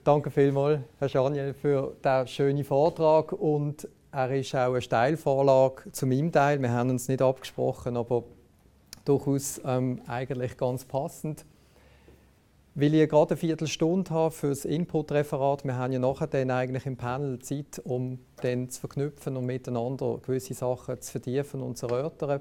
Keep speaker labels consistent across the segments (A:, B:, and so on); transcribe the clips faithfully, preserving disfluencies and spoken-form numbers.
A: Danke vielmals, Herr Schaniel, für diesen schönen Vortrag. Und er ist auch eine Steilvorlage zu meinem Teil. Wir haben uns nicht abgesprochen, aber durchaus ähm, eigentlich ganz passend. Weil ich gerade eine Viertelstunde habe für das Input-Referat, wir haben ja nachher dann eigentlich im Panel Zeit, um dann zu verknüpfen und miteinander gewisse Sachen zu vertiefen und zu erörtern.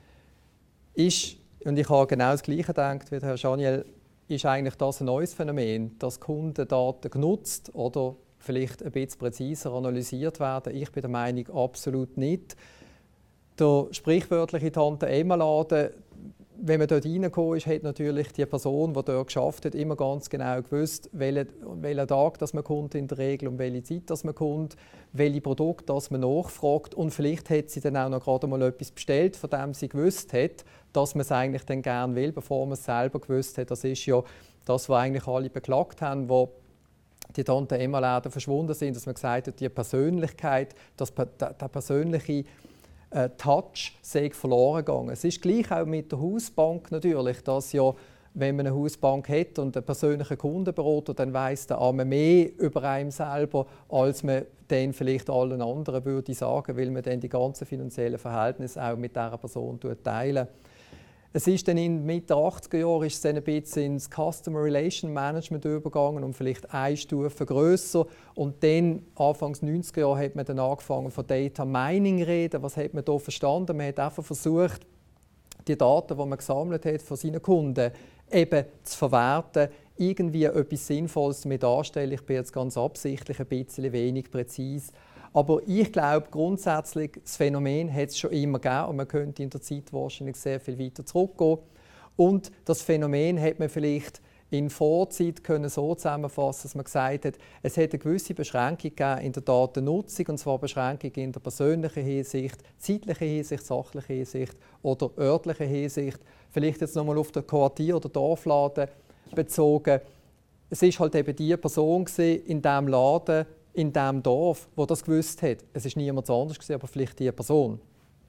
A: Ist, und ich habe genau das Gleiche gedacht wie Herr Schaniel, ist eigentlich das ein neues Phänomen, dass Kundendaten genutzt oder vielleicht ein bisschen präziser analysiert werden? Ich bin der Meinung, absolut nicht. Der sprichwörtliche Tante-Emma-Laden, wenn man dort reingekommen ist, hat natürlich die Person, die dort geschafft hat, immer ganz genau gewusst, welchen, welchen Tag dass man kommt in der Regel, um welche Zeit dass man kommt, welche Produkte dass man nachfragt. Und vielleicht hat sie dann auch noch gerade mal etwas bestellt, von dem sie gewusst hat, dass man es eigentlich dann gerne will, bevor man es selber gewusst hat. Das ist ja das, was eigentlich alle beklagt haben, wo die Tante-Emma-Läden verschwunden sind, dass man gesagt hat, die Persönlichkeit, das, der, der persönliche Äh, Touch sei verloren gegangen. Es ist gleich auch mit der Hausbank natürlich, dass ja, wenn man eine Hausbank hat und einen persönlichen Kundenberater, dann weiss der Arme mehr über einen selber, als man dann vielleicht allen anderen würde sagen, weil man dann die ganzen finanziellen Verhältnisse auch mit dieser Person teilen. Es ist dann in Mitte achtziger Jahren ist es dann ein bisschen ins Customer Relation Management übergegangen und vielleicht eine Stufe grösser. Und dann, Anfangs neunziger Jahre, hat man dann angefangen von Data Mining zu reden. Was hat man da verstanden? Man hat einfach versucht, die Daten, die man gesammelt hat von seinen Kunden, eben zu verwerten, irgendwie etwas Sinnvolles damit anstellen. Ich bin jetzt ganz absichtlich ein bisschen wenig präzise. Aber ich glaube grundsätzlich, das Phänomen hat es schon immer gegeben und man könnte in der Zeit wahrscheinlich sehr viel weiter zurückgehen. Und das Phänomen hat man vielleicht in Vorzeit können so zusammenfassen, dass man gesagt hat, es hat eine gewisse Beschränkung gegeben in der Datennutzung, und zwar Beschränkung in der persönlichen Hinsicht, zeitlichen Hinsicht, sachlichen Hinsicht oder örtlichen Hinsicht. Vielleicht jetzt nochmal auf den Quartier- oder Dorfladen bezogen. Es war halt eben die Person in diesem Laden, in diesem Dorf, wo das gewusst hat. Es war niemand anders, aber vielleicht diese Person.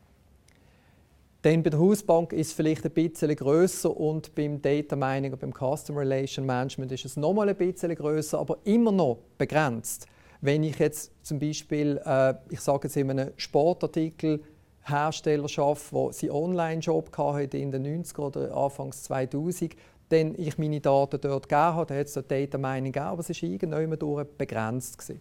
A: Dann bei der Hausbank ist es vielleicht ein bisschen grösser und beim Data Mining und beim Customer Relation Management ist es nochmal ein bisschen grösser, aber immer noch begrenzt. Wenn ich jetzt zum Beispiel, äh, ich sage jetzt in einem Sportartikelhersteller arbeite, der seinen Online-Job hatte in den neunziger oder Anfangs zweitausend, dann ich meine Daten dort gegeben habe, dann hat es dort Data Mining gegeben, aber es war irgendwann durch begrenzt gewesen.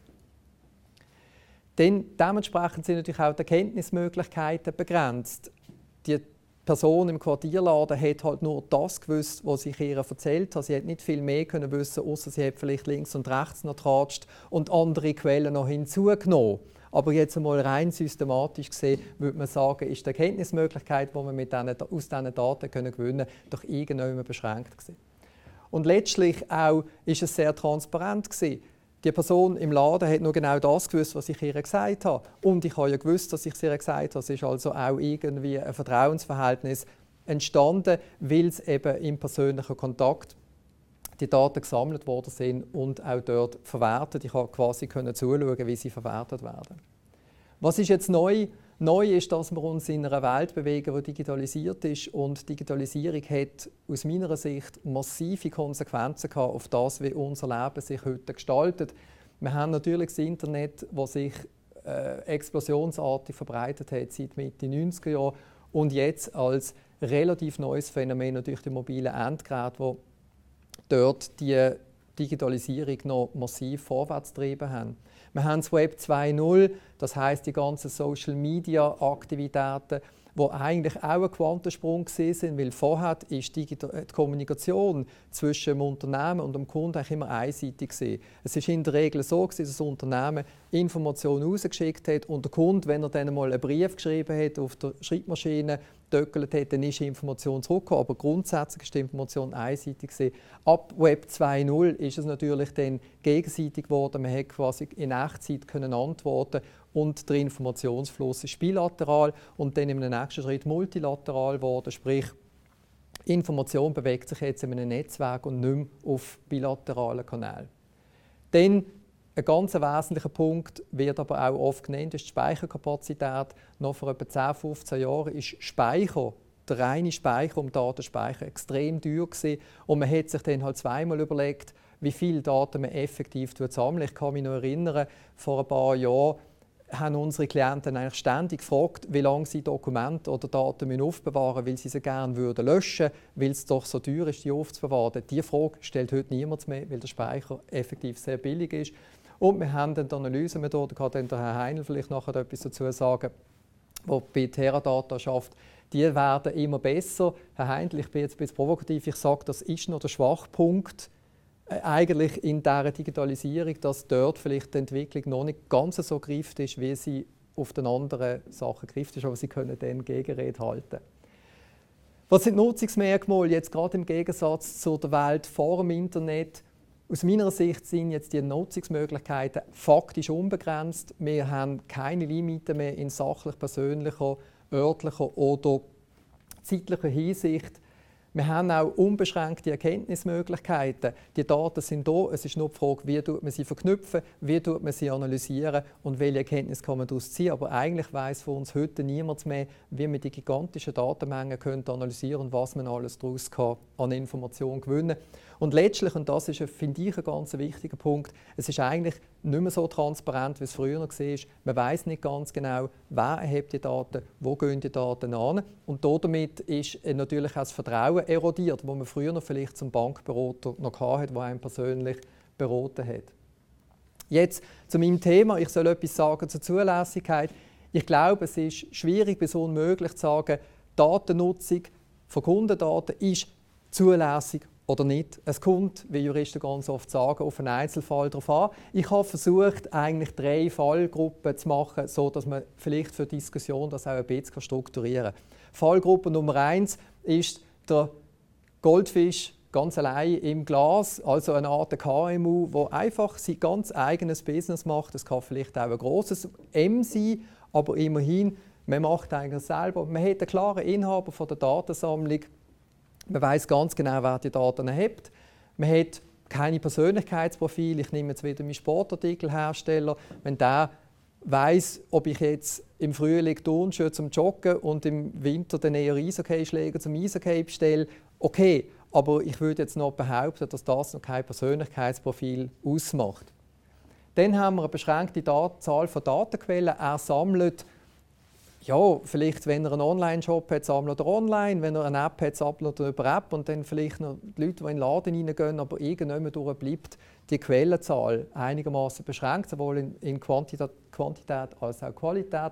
A: Denn dementsprechend sind natürlich auch die Erkenntnismöglichkeiten begrenzt. Die Person im Quartierladen hat halt nur das gewusst, was ich ihr erzählt habe. Sie hat nicht viel mehr können wissen, außer sie hat vielleicht links und rechts noch getratscht und andere Quellen noch hinzugenommen. Aber jetzt einmal rein systematisch gesehen, würde man sagen, ist die Erkenntnismöglichkeit, die man mit diesen, aus diesen Daten können gewinnen können, doch irgendwann beschränkt gewesen. Und letztlich auch ist es sehr transparent gewesen. Die Person im Laden hat nur genau das gewusst, was ich ihr gesagt habe. Und ich habe ja gewusst, dass ich es ihr gesagt habe. Es ist also auch irgendwie ein Vertrauensverhältnis entstanden, weil es eben im persönlichen Kontakt die Daten gesammelt worden sind und auch dort verwertet. Ich konnte quasi zuschauen, wie sie verwertet werden. Was ist jetzt neu? Neu ist, dass wir uns in einer Welt bewegen, die digitalisiert ist. Und Digitalisierung hat aus meiner Sicht massive Konsequenzen gehabt auf das, wie unser Leben sich heute gestaltet. Wir haben natürlich das Internet, das sich äh, explosionsartig verbreitet hat seit Mitte neunziger Jahre und jetzt als relativ neues Phänomen natürlich die mobilen Endgeräte, die dort die Digitalisierung noch massiv vorwärts getrieben haben. Wir haben das Web zwei Punkt null, das heisst die ganzen Social-Media-Aktivitäten, die eigentlich auch ein Quantensprung sind, weil vorher ist die Kommunikation zwischen dem Unternehmen und dem Kunden eigentlich immer einseitig gewesen. Es ist in der Regel so, dass das Unternehmen Informationen rausgeschickt hat und der Kunde, wenn er dann mal einen Brief geschrieben hat, auf der Schreibmaschine getöckelt hat, dann ist die Information zurückgekommen. Aber grundsätzlich ist die Information einseitig gewesen. Ab Web zwei Punkt null ist es natürlich dann gegenseitig geworden. Man konnte quasi in Echtzeit können antworten und der Informationsfluss ist bilateral und dann im nächsten Schritt multilateral geworden. Sprich, Information bewegt sich jetzt in einem Netzwerk und nicht mehr auf bilateralen Kanälen. Dann ein ganz wesentlicher Punkt, wird aber auch oft genannt, ist die Speicherkapazität. Noch vor etwa zehn, fünfzehn Jahren ist Speicher, der reine Speicher, um Daten zu speichern, extrem teuer gewesen. Und man hat sich dann halt zweimal überlegt, wie viele Daten man effektiv sammelt. Ich kann mich noch erinnern, vor ein paar Jahren haben unsere Klienten eigentlich ständig gefragt, wie lange sie Dokumente oder Daten aufbewahren müssen, weil sie sie gerne würden löschen würden, weil es doch so teuer ist, die aufzubewahren. Diese Frage stellt heute niemand mehr, weil der Speicher effektiv sehr billig ist. Und wir haben dann die Analysemethode, da kann der Herr Heinl vielleicht nachher etwas dazu sagen, die bei Teradata schafft. Die werden immer besser. Herr Heinl, ich bin jetzt ein bisschen provokativ, ich sage, das ist noch der Schwachpunkt äh, eigentlich in dieser Digitalisierung, dass dort vielleicht die Entwicklung noch nicht ganz so greift ist, wie sie auf den anderen Sachen greift ist, aber sie können dann Gegenrede halten. Was sind die Nutzungsmerkmale jetzt gerade im Gegensatz zu der Welt vor dem Internet? Aus meiner Sicht sind jetzt die Nutzungsmöglichkeiten faktisch unbegrenzt. Wir haben keine Limite mehr in sachlich, persönlicher, örtlicher oder zeitlicher Hinsicht. Wir haben auch unbeschränkte Erkenntnismöglichkeiten. Die Daten sind da. Es ist nur die Frage, wie tut man sie verknüpfen, wie tut man sie analysieren und welche Erkenntnis kann man daraus ziehen. Aber eigentlich weiss von uns heute niemand mehr, wie man die gigantischen Datenmengen könnte analysieren und was man alles daraus kann an Informationen gewinnen. Und letztlich, und das ist, finde ich, ein ganz wichtiger Punkt, es ist eigentlich nicht mehr so transparent, wie es früher noch war. Man weiss nicht ganz genau, wer erhebt die Daten, wo gehen die Daten an. Und damit ist natürlich auch das Vertrauen erodiert, das man früher noch vielleicht zum Bankberater noch hatte, der einen persönlich beraten hat. Jetzt zu meinem Thema. Ich soll etwas sagen zur Zulässigkeit. Ich glaube, es ist schwierig bis unmöglich zu sagen, Datennutzung von Kundendaten ist zulässig oder nicht. Es kommt, wie Juristen ganz oft sagen, auf einen Einzelfall darauf an. Ich habe versucht, eigentlich drei Fallgruppen zu machen, sodass man vielleicht für die Diskussion das auch ein bisschen strukturieren kann. Fallgruppe Nummer eins ist der Goldfisch ganz allein im Glas, also eine Art K M U, der einfach sein ganz eigenes Business macht. Das kann vielleicht auch ein grosses M sein, aber immerhin, man macht eigentlich selber. Man hat einen klaren Inhaber von der Datensammlung. Man weiss ganz genau, wer die Daten erhebt. Man hat keine Persönlichkeitsprofil. Ich nehme jetzt wieder meinen Sportartikelhersteller. Wenn der weiss, ob ich jetzt im Frühling Turnschuhe zum Joggen und im Winter dann eher Eishockeyschläger zum Eishockey bestelle, okay. Aber ich würde jetzt noch behaupten, dass das noch kein Persönlichkeitsprofil ausmacht. Dann haben wir eine beschränkte Zahl von Datenquellen. Er sammelt, ja, vielleicht, wenn er einen Online-Shop hat, sammelt er online. Wenn er eine App hat, sammelt er über App. Und dann vielleicht noch die Leute, die in den Laden reingehen, aber irgendwann durch bleibt die Quellenzahl einigermaßen beschränkt, sowohl in, in Quantität, Quantität als auch Qualität.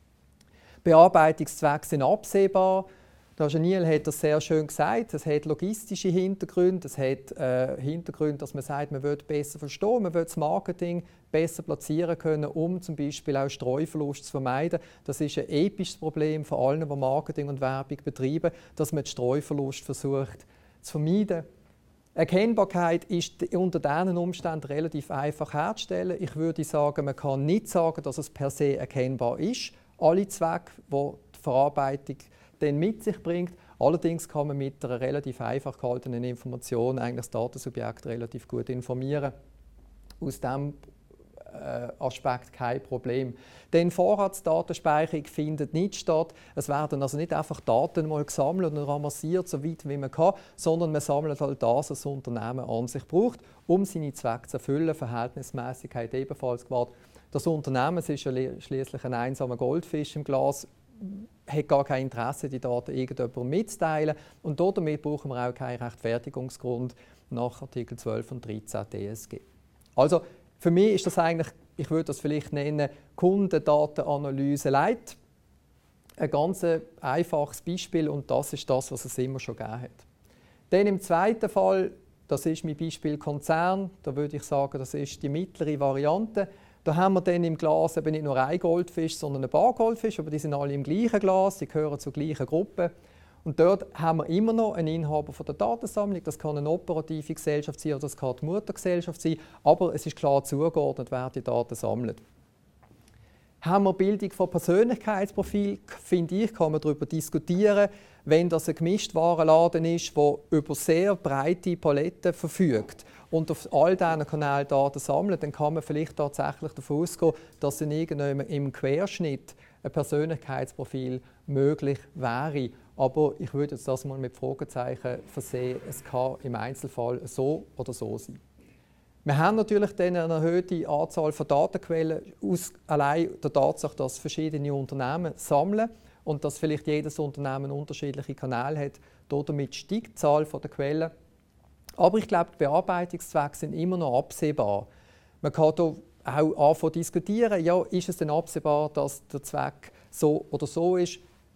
A: Bearbeitungszwecke sind absehbar. Der Janiel hat das sehr schön gesagt. Es hat logistische Hintergründe, es hat äh, Hintergründe, dass man sagt, man will besser verstehen, man will das Marketing besser platzieren können, um zum Beispiel auch Streuverlust zu vermeiden. Das ist ein episches Problem von allen, die Marketing und Werbung betreiben, dass man den Streuverlust versucht zu vermeiden. Erkennbarkeit ist unter diesen Umständen relativ einfach herzustellen. Ich würde sagen, man kann nicht sagen, dass es per se erkennbar ist. Alle Zwecke, die die Verarbeitung dann mit sich bringt. Allerdings kann man mit einer relativ einfach gehaltenen Information eigentlich das Datensubjekt relativ gut informieren. Aus diesem äh, Aspekt kein Problem. Denn Vorratsdatenspeicherung findet nicht statt. Es werden also nicht einfach Daten mal gesammelt und ramassiert, so weit wie man kann, sondern man sammelt halt das, was das Unternehmen an sich braucht, um seine Zwecke zu erfüllen. Verhältnismäßigkeit ebenfalls gewahrt. Das Unternehmen ist ja schließlich ein einsamer Goldfisch im Glas, hat gar kein Interesse, die Daten irgendjemandem mitzuteilen. Und damit brauchen wir auch keinen Rechtfertigungsgrund nach Artikel zwölf und dreizehn D S G. Also für mich ist das eigentlich, ich würde das vielleicht nennen, Kundendatenanalyse Light. Ein ganz einfaches Beispiel und das ist das, was es immer schon gegeben hat. Dann im zweiten Fall, das ist mein Beispiel Konzern, da würde ich sagen, das ist die mittlere Variante. Da haben wir dann im Glas eben nicht nur einen Goldfisch, sondern ein paar Goldfische, aber die sind alle im gleichen Glas, die gehören zur gleichen Gruppe. Und dort haben wir immer noch einen Inhaber von der Datensammlung. Das kann eine operative Gesellschaft sein oder das kann die Muttergesellschaft sein, aber es ist klar zugeordnet, wer die Daten sammelt. Haben wir Bildung von Persönlichkeitsprofil, finde ich, kann man darüber diskutieren, wenn das ein Gemischtwarenladen ist, der über sehr breite Paletten verfügt und auf all diesen Kanälen Daten sammelt, dann kann man vielleicht tatsächlich davon ausgehen, dass in irgendeinem im Querschnitt ein Persönlichkeitsprofil möglich wäre. Aber ich würde jetzt das mal mit Fragezeichen versehen, es kann im Einzelfall so oder so sein. Wir haben natürlich dann eine erhöhte Anzahl von Datenquellen, aus allein der Tatsache, dass verschiedene Unternehmen sammeln und dass vielleicht jedes Unternehmen unterschiedliche Kanäle hat. Damit steigt die Zahl der Quellen. Aber ich glaube, die Bearbeitungszwecke sind immer noch absehbar. Man kann hier auch anfangen zu diskutieren, ja, ist es denn absehbar, dass der Zweck so oder so ist?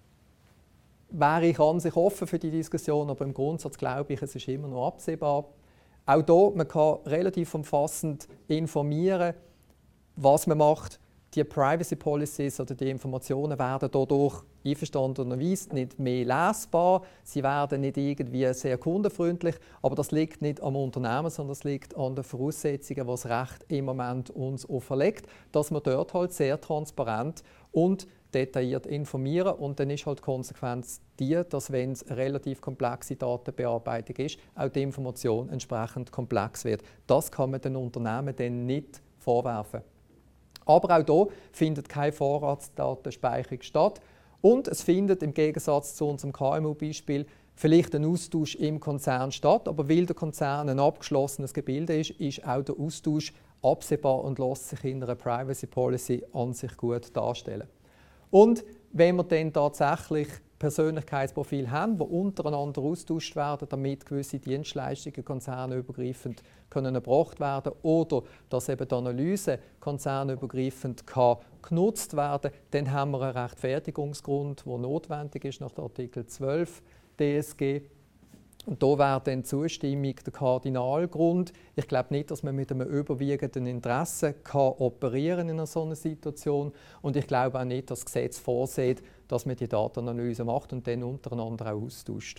A: Wäre ich an sich offen für die Diskussion, aber im Grundsatz glaube ich, es ist immer noch absehbar. Auch hier, man kann relativ umfassend informieren, was man macht. Die Privacy Policies oder die Informationen werden dadurch einverstandenerweise nicht mehr lesbar. Sie werden nicht irgendwie sehr kundenfreundlich, aber das liegt nicht am Unternehmen, sondern das liegt an den Voraussetzungen, die das Recht im Moment uns auferlegt, dass wir dort halt sehr transparent und detailliert informieren. Und dann ist halt die Konsequenz die, dass, wenn es eine relativ komplexe Datenbearbeitung ist, auch die Information entsprechend komplex wird. Das kann man den Unternehmen dann nicht vorwerfen. Aber auch hier findet keine Vorratsdatenspeicherung statt. Und es findet im Gegensatz zu unserem K M U-Beispiel vielleicht ein Austausch im Konzern statt. Aber weil der Konzern ein abgeschlossenes Gebilde ist, ist auch der Austausch absehbar und lässt sich in einer Privacy Policy an sich gut darstellen. Und wenn wir dann tatsächlich Persönlichkeitsprofile haben, die untereinander austauscht werden, damit gewisse Dienstleistungen konzernübergreifend können erbracht werden oder dass eben die Analyse konzernübergreifend kann genutzt werden kann, dann haben wir einen Rechtfertigungsgrund, der notwendig ist nach Artikel zwölf D S G. Und da wäre dann die Zustimmung der Kardinalgrund. Ich glaube nicht, dass man mit einem überwiegenden Interesse kann operieren in einer solchen Situation. Und ich glaube auch nicht, dass das Gesetz vorsieht, dass man die Datenanalyse macht und dann untereinander auch austauscht.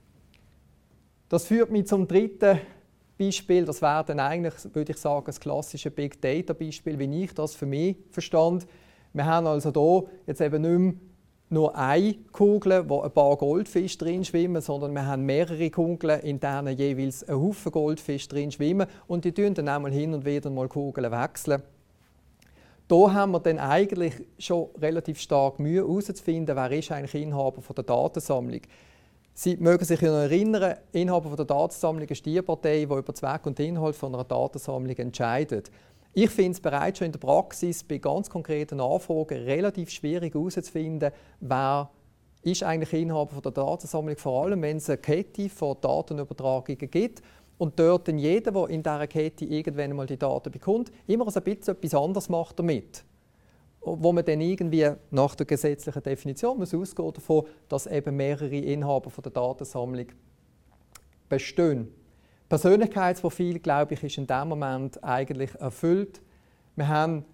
A: Das führt mich zum dritten Beispiel. Das wäre dann eigentlich, würde ich sagen, das klassische Big Data Beispiel, wie ich das für mich verstand. Wir haben also hier jetzt eben nicht mehr nur eine Kugel, wo ein paar Goldfische drin schwimmen, sondern wir haben mehrere Kugeln, in denen jeweils ein Haufen Goldfische drin schwimmen und die tun dann einmal hin und wieder mal Kugeln wechseln. Da haben wir dann eigentlich schon relativ stark Mühe herauszufinden, wer ist eigentlich Inhaber von der Datensammlung. Sie mögen sich noch erinnern, Inhaber von der Datensammlung ist die Partei, die über Zweck und Inhalt von einer Datensammlung entscheidet. Ich finde es bereits schon in der Praxis bei ganz konkreten Anfragen relativ schwierig herauszufinden, wer ist eigentlich Inhaber von der Datensammlung, vor allem wenn es eine Kette von Datenübertragungen gibt und dort dann jeder, der in dieser Kette irgendwann einmal die Daten bekommt, immer ein bisschen etwas anderes macht damit. Wo man dann irgendwie nach der gesetzlichen Definition muss ausgehen davon, dass eben mehrere Inhaber von der Datensammlung bestehen. Persönlichkeitsprofil, glaube ich, ist in diesem Moment eigentlich erfüllt. Wir haben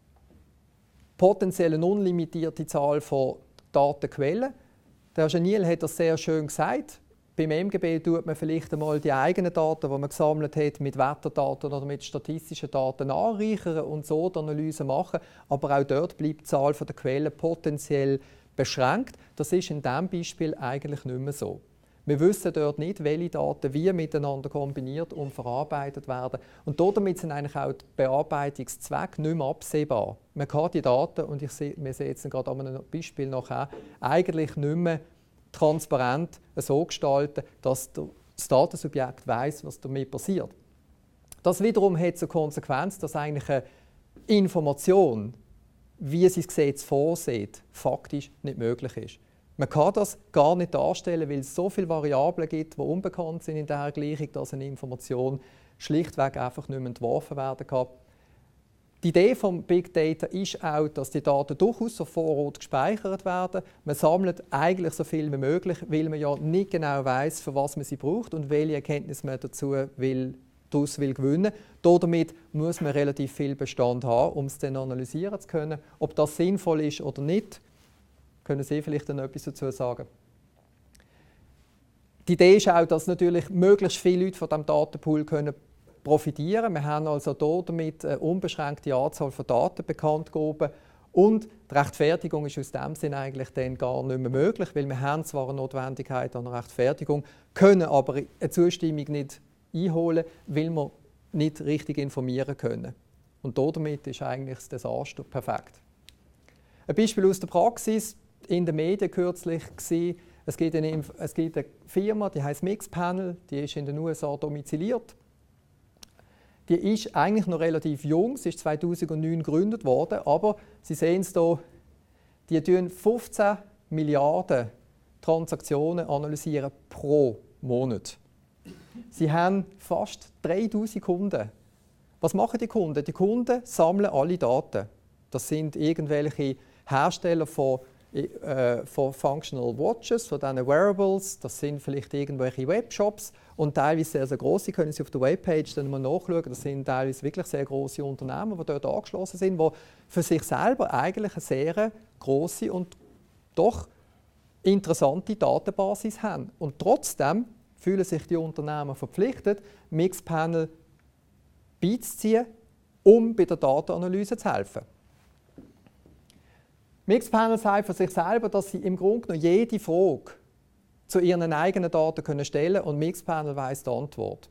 A: potenziell eine unlimitierte Zahl von Datenquellen. Der Janiel hat das sehr schön gesagt. Beim M G B tut man vielleicht einmal die eigenen Daten, die man gesammelt hat, mit Wetterdaten oder mit statistischen Daten anreichern und so die Analyse machen. Aber auch dort bleibt die Zahl der Quellen potenziell beschränkt. Das ist in diesem Beispiel eigentlich nicht mehr so. Wir wissen dort nicht, welche Daten wie miteinander kombiniert und verarbeitet werden. Und damit sind eigentlich auch die Bearbeitungszwecke nicht mehr absehbar. Man kann die Daten, und ich sehe, wir sehen jetzt gerade an einem Beispiel nachher, eigentlich nicht mehr transparent so gestalten, dass das Datensubjekt weiss, was damit passiert. Das wiederum hat zur Konsequenz, dass eigentlich eine Information, wie sie das Gesetz vorsieht, faktisch nicht möglich ist. Man kann das gar nicht darstellen, weil es so viele Variablen gibt, die unbekannt sind in der Gleichung, dass eine Information schlichtweg einfach nicht mehr entworfen werden kann. Die Idee von Big Data ist auch, dass die Daten durchaus auf Vorrat gespeichert werden. Man sammelt eigentlich so viel wie möglich, weil man ja nicht genau weiss, für was man sie braucht und welche Erkenntnisse man dazu will, daraus will gewinnen. Damit muss man relativ viel Bestand haben, um es dann analysieren zu können. Ob das sinnvoll ist oder nicht, können Sie vielleicht noch etwas dazu sagen? Die Idee ist auch, dass natürlich möglichst viele Leute von diesem Datenpool können profitieren können. Wir haben also hier damit eine unbeschränkte Anzahl von Daten bekannt gegeben. Und die Rechtfertigung ist aus diesem Sinn eigentlich dann gar nicht mehr möglich, weil wir haben zwar eine Notwendigkeit an einer Rechtfertigung, können aber eine Zustimmung nicht einholen, weil wir nicht richtig informieren können. Und damit ist eigentlich das Desaster perfekt. Ein Beispiel aus der Praxis. In den Medien kürzlich gesehen, es gibt eine, es gibt eine Firma, die heißt Mixpanel, die ist in den U S A domiziliert. die ist eigentlich noch relativ jung, sie ist zweitausendneun gegründet worden, aber Sie sehen es hier, die analysieren fünfzehn Milliarden Transaktionen analysieren pro Monat. Sie haben fast dreitausend Kunden. Was machen die Kunden? Die Kunden sammeln alle Daten. Das sind irgendwelche Hersteller von, äh, von Functional Watches, von diesen Wearables. Das sind vielleicht irgendwelche Webshops und teilweise sehr, sehr grosse. Können Sie auf der Webpage dann mal nachschauen. Das sind teilweise wirklich sehr grosse Unternehmen, die dort angeschlossen sind, die für sich selber eigentlich eine sehr grosse und doch interessante Datenbasis haben. Und trotzdem fühlen sich die Unternehmen verpflichtet, Mixpanel beizuziehen, um bei der Datenanalyse zu helfen. Mixpanel sagt für sich selber, dass sie im Grunde genommen jede Frage zu ihren eigenen Daten können stellen können und Mixpanel weiss die Antwort.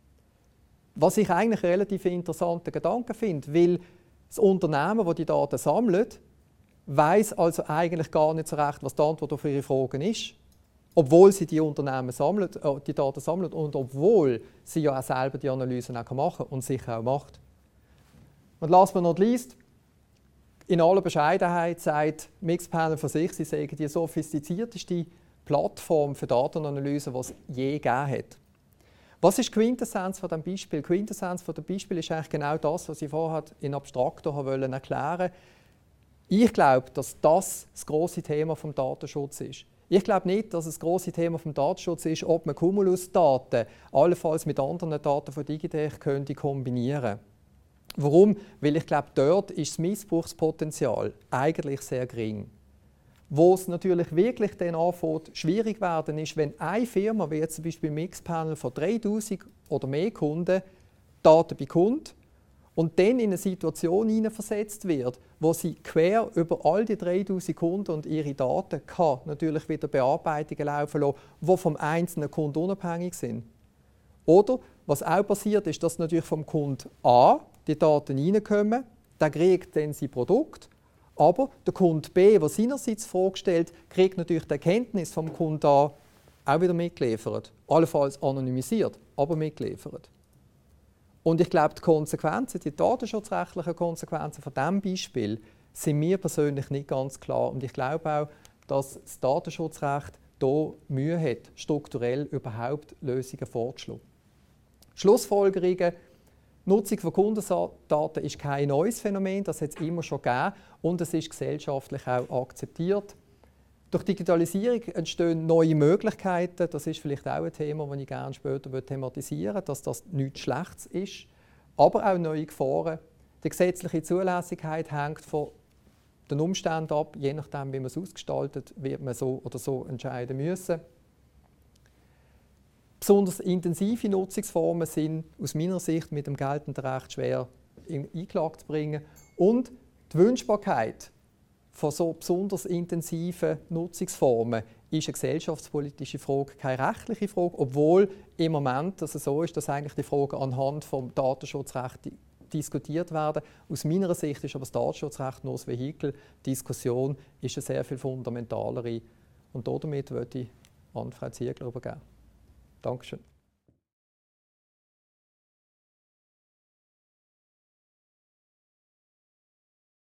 A: Was ich eigentlich einen relativ interessanten Gedanken finde, weil das Unternehmen, das die Daten sammelt, weiss also eigentlich gar nicht so recht, was die Antwort auf ihre Fragen ist, obwohl sie die Unternehmen sammeln, äh, die Daten sammeln und obwohl sie ja auch selber die Analysen auch machen kann und sicher auch macht. Und last but not least, in aller Bescheidenheit sagt Mixpanel für sich, sie sagen die sophistizierteste Plattform für Datenanalyse, die es je gegeben hat. Was ist die Quintessenz von diesem Beispiel? Die Quintessenz von dem Beispiel ist eigentlich genau das, was ich vorher in Abstrakto erklären wollte. Ich glaube, dass das das grosse Thema des Datenschutzes ist. Ich glaube nicht, dass es das grosse Thema des Datenschutzes ist, ob man Cumulus-Daten allenfalls mit anderen Daten von Digitech könnte kombinieren. Warum? Weil ich glaube, dort ist das Missbrauchspotenzial eigentlich sehr gering. Wo es natürlich wirklich dann anfängt, schwierig werden ist, wenn eine Firma, wie jetzt zum Beispiel Mixpanel von dreitausend oder mehr Kunden, Daten bekommt und dann in eine Situation hineinversetzt wird, wo sie quer über all die dreitausend Kunden und ihre Daten kann natürlich wieder Bearbeitungen laufen lassen, die vom einzelnen Kunden unabhängig sind. Oder was auch passiert, ist, dass natürlich vom Kunden A die Daten reinkommen, der kriegt dann sein Produkt, aber der Kunde B, der seinerseits vorgestellt, kriegt natürlich die Erkenntnis vom Kunden A auch wieder mitgeliefert. Allenfalls anonymisiert, aber mitgeliefert. Und ich glaube, die Konsequenzen, die datenschutzrechtlichen Konsequenzen von diesem Beispiel sind mir persönlich nicht ganz klar. Und ich glaube auch, dass das Datenschutzrecht hier Mühe hat, strukturell überhaupt Lösungen vorzuschlagen. Schlussfolgerungen: Nutzung von Kundendaten ist kein neues Phänomen, das hat es immer schon gegeben und es ist gesellschaftlich auch akzeptiert. Durch Digitalisierung entstehen neue Möglichkeiten, das ist vielleicht auch ein Thema, das ich gerne später thematisieren würde, dass das nichts Schlechtes ist, aber auch neue Gefahren. Die gesetzliche Zulässigkeit hängt von den Umständen ab, je nachdem, wie man es ausgestaltet, wird man so oder so entscheiden müssen. Besonders intensive Nutzungsformen sind aus meiner Sicht mit dem geltenden Recht schwer in Einklang zu bringen. Und die Wünschbarkeit von so besonders intensiven Nutzungsformen ist eine gesellschaftspolitische Frage, keine rechtliche Frage, obwohl im Moment dass es so ist, dass eigentlich die Fragen anhand des Datenschutzrechts diskutiert werden. Aus meiner Sicht ist aber das Datenschutzrecht nur das Vehikel. Die Diskussion ist eine sehr viel fundamentalere. Und damit würde ich an Frau Ziegler übergeben. Dankeschön.